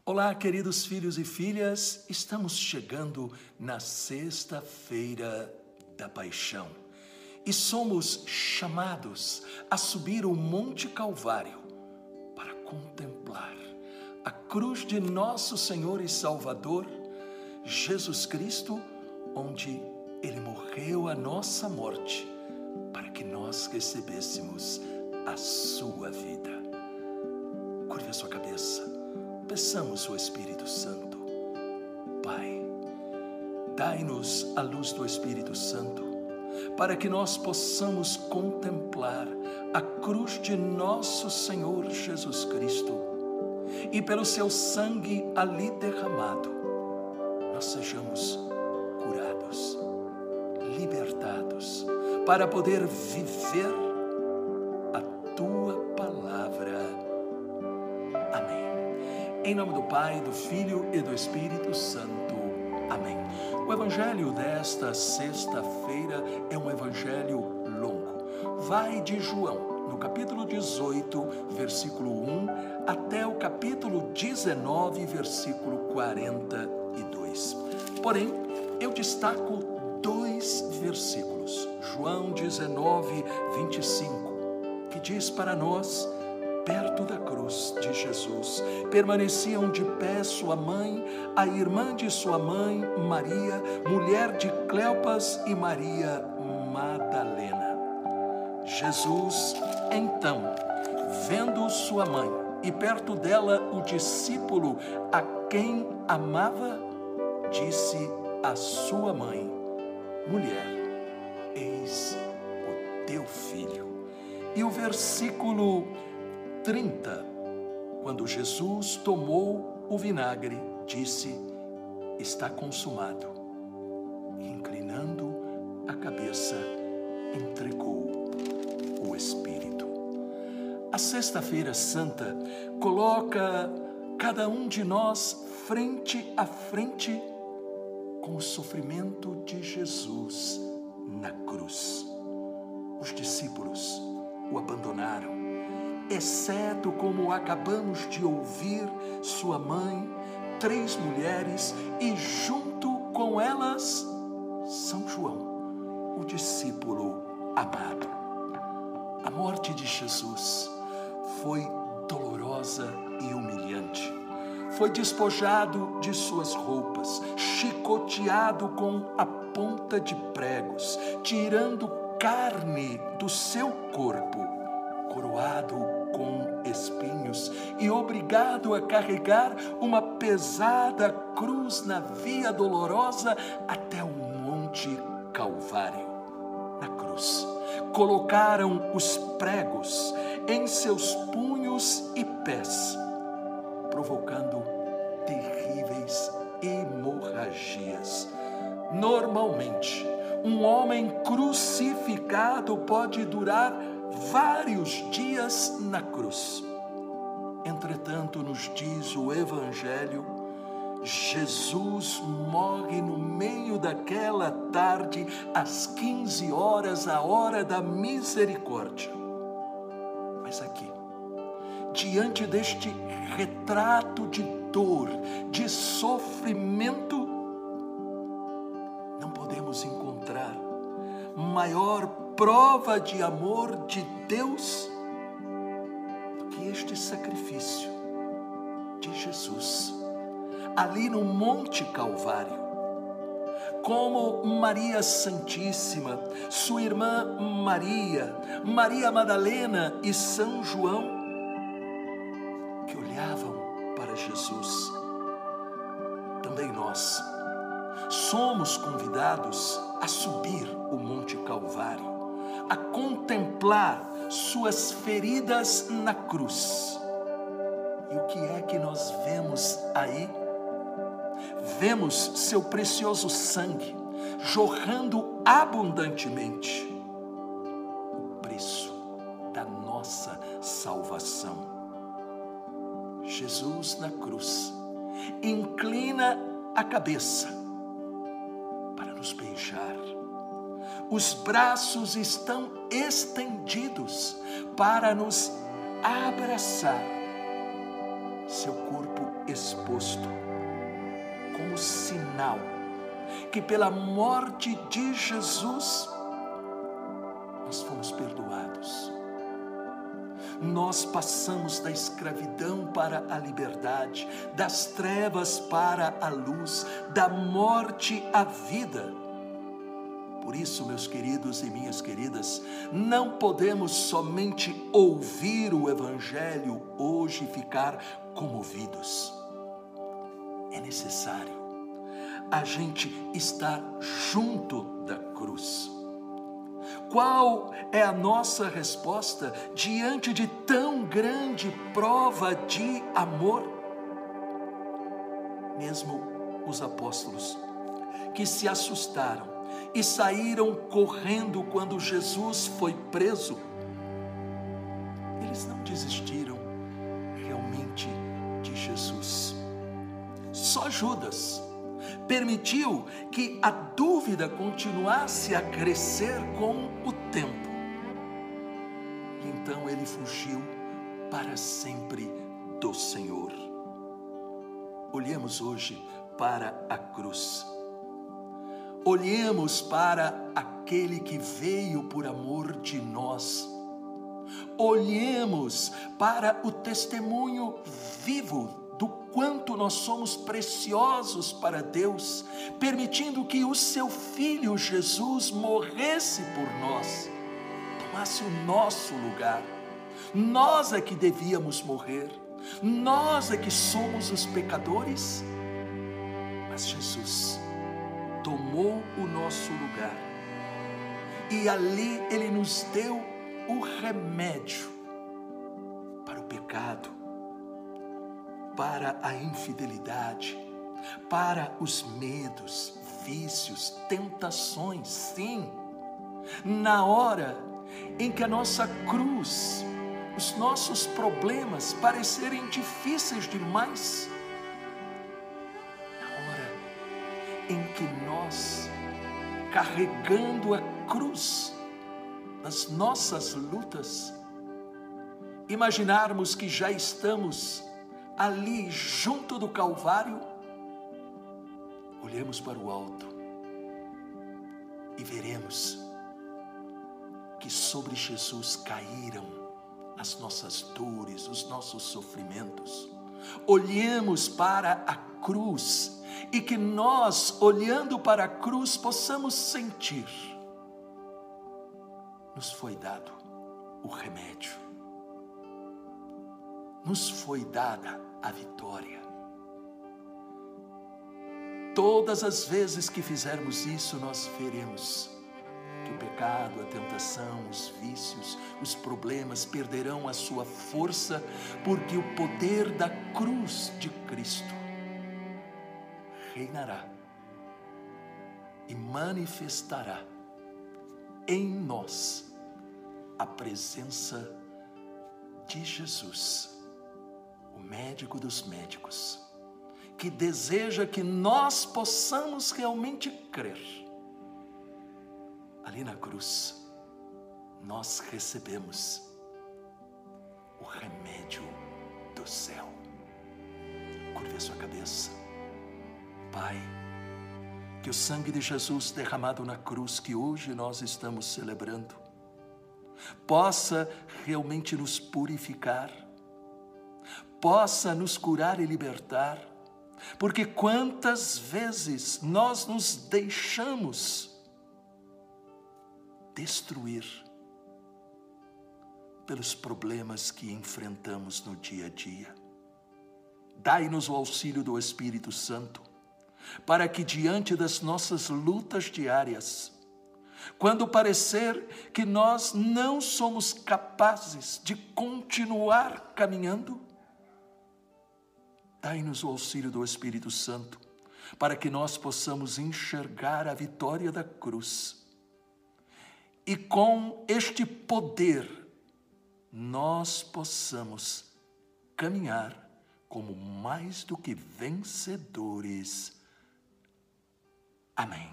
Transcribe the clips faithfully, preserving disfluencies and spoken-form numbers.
Olá, queridos filhos e filhas, estamos chegando na sexta-feira da Paixão e somos chamados a subir o Monte Calvário para contemplar a cruz de nosso Senhor e Salvador, Jesus Cristo, onde Ele morreu a nossa morte para que nós recebêssemos a sua vida. Curve a sua cabeça. Peçamos o Espírito Santo. Pai, dai-nos a luz do Espírito Santo, para que nós possamos contemplar a cruz de nosso Senhor Jesus Cristo e pelo seu sangue ali derramado, nós sejamos curados, libertados, para poder viver a Tua palavra. Amém. Em nome do Pai, do Filho e do Espírito Santo. Amém. O evangelho desta sexta-feira é um evangelho longo. Vai de João, no capítulo dezoito, versículo um, até o capítulo dezenove, versículo quarenta e dois. Porém, eu destaco dois versículos. João dezenove, vinte e cinco, que diz para nós: perto da cruz de Jesus, permaneciam de pé sua mãe, a irmã de sua mãe, Maria, mulher de Cleopas, e Maria Madalena. Jesus, então, vendo sua mãe e perto dela o discípulo a quem amava, disse à sua mãe: mulher, eis o teu filho. E o versículo trinta, quando Jesus tomou o vinagre, disse: está consumado. E inclinando a cabeça, entregou o Espírito. A Sexta-feira Santa coloca cada um de nós frente a frente com o sofrimento de Jesus na cruz. Os discípulos o abandonaram, exceto, como acabamos de ouvir, sua mãe, três mulheres e junto com elas São João, o discípulo amado. A morte de Jesus foi dolorosa e humilhante. Foi despojado de suas roupas, chicoteado com a ponta de pregos, tirando carne do seu corpo, coroado com espinhos e obrigado a carregar uma pesada cruz na via dolorosa até o Monte Calvário. Na cruz, colocaram os pregos em seus punhos e pés, provocando terríveis hemorragias. Normalmente, um homem crucificado pode durar vários dias na cruz. Entretanto, nos diz o Evangelho, Jesus morre no meio daquela tarde, às quinze horas, a hora da misericórdia. Mas aqui, diante deste retrato de dor, de sofrimento, não podemos encontrar maior prova de amor de Deus do que este sacrifício de Jesus ali no Monte Calvário. Como Maria Santíssima, sua irmã Maria, Maria Madalena e São João, que olhavam para Jesus, também nós somos convidados a subir o Monte Calvário, a contemplar suas feridas na cruz. E o que é que nós vemos aí? Vemos seu precioso sangue jorrando abundantemente, o preço da nossa salvação. Jesus na cruz inclina a cabeça para nos beijar. Os braços estão estendidos para nos abraçar. seu corpo exposto, como sinal que pela morte de Jesus nós fomos perdoados. Nós passamos da escravidão para a liberdade, das trevas para a luz, da morte à vida. Por isso, meus queridos e minhas queridas, não podemos somente ouvir o Evangelho hoje e ficar comovidos. É necessário a gente estar junto da cruz. Qual é a nossa resposta diante de tão grande prova de amor? Mesmo os apóstolos que se assustaram e saíram correndo quando Jesus foi preso, eles não desistiram realmente de Jesus. Só Judas permitiu que a dúvida continuasse a crescer com o tempo. E então ele fugiu para sempre do Senhor. Olhemos hoje para a cruz. Olhemos para aquele que veio por amor de nós. Olhemos para o testemunho vivo do quanto nós somos preciosos para Deus, permitindo que o seu Filho Jesus morresse por nós, tomasse o nosso lugar. Nós é que devíamos morrer, nós é que somos os pecadores, mas Jesus tomou o nosso lugar e ali Ele nos deu o remédio para o pecado, para a infidelidade, para os medos, vícios, tentações. Sim, na hora em que a nossa cruz, os nossos problemas parecerem difíceis demais, na hora em que nós, carregando a cruz nas nossas lutas, imaginarmos que já estamos ali junto do Calvário, olhemos para o alto e veremos que sobre Jesus caíram as nossas dores, os nossos sofrimentos. Olhemos para a cruz e que nós, olhando para a cruz, possamos sentir: nos foi dado o remédio, nos foi dada a vitória. Todas as vezes que fizermos isso, nós veremos que o pecado, a tentação, os vícios, os problemas perderão a sua força, porque o poder da cruz de Cristo reinará e manifestará em nós a presença de Jesus, o médico dos médicos, que deseja que nós possamos realmente crer. Ali na cruz, nós recebemos o remédio do céu. Curve a sua cabeça. Pai, que o sangue de Jesus derramado na cruz, que hoje nós estamos celebrando, possa realmente nos purificar, possa nos curar e libertar, porque quantas vezes nós nos deixamos destruir pelos problemas que enfrentamos no dia a dia. Dai-nos o auxílio do Espírito Santo, para que diante das nossas lutas diárias, quando parecer que nós não somos capazes de continuar caminhando, dai-nos o auxílio do Espírito Santo, para que nós possamos enxergar a vitória da cruz. E com este poder, nós possamos caminhar como mais do que vencedores. Amém.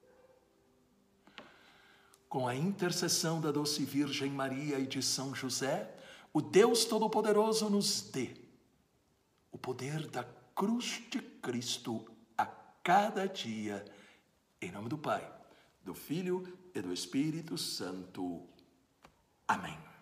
Com a intercessão da doce Virgem Maria e de São José, o Deus Todo-Poderoso nos dê poder da cruz de Cristo a cada dia. Em nome do Pai, do Filho e do Espírito Santo. Amém.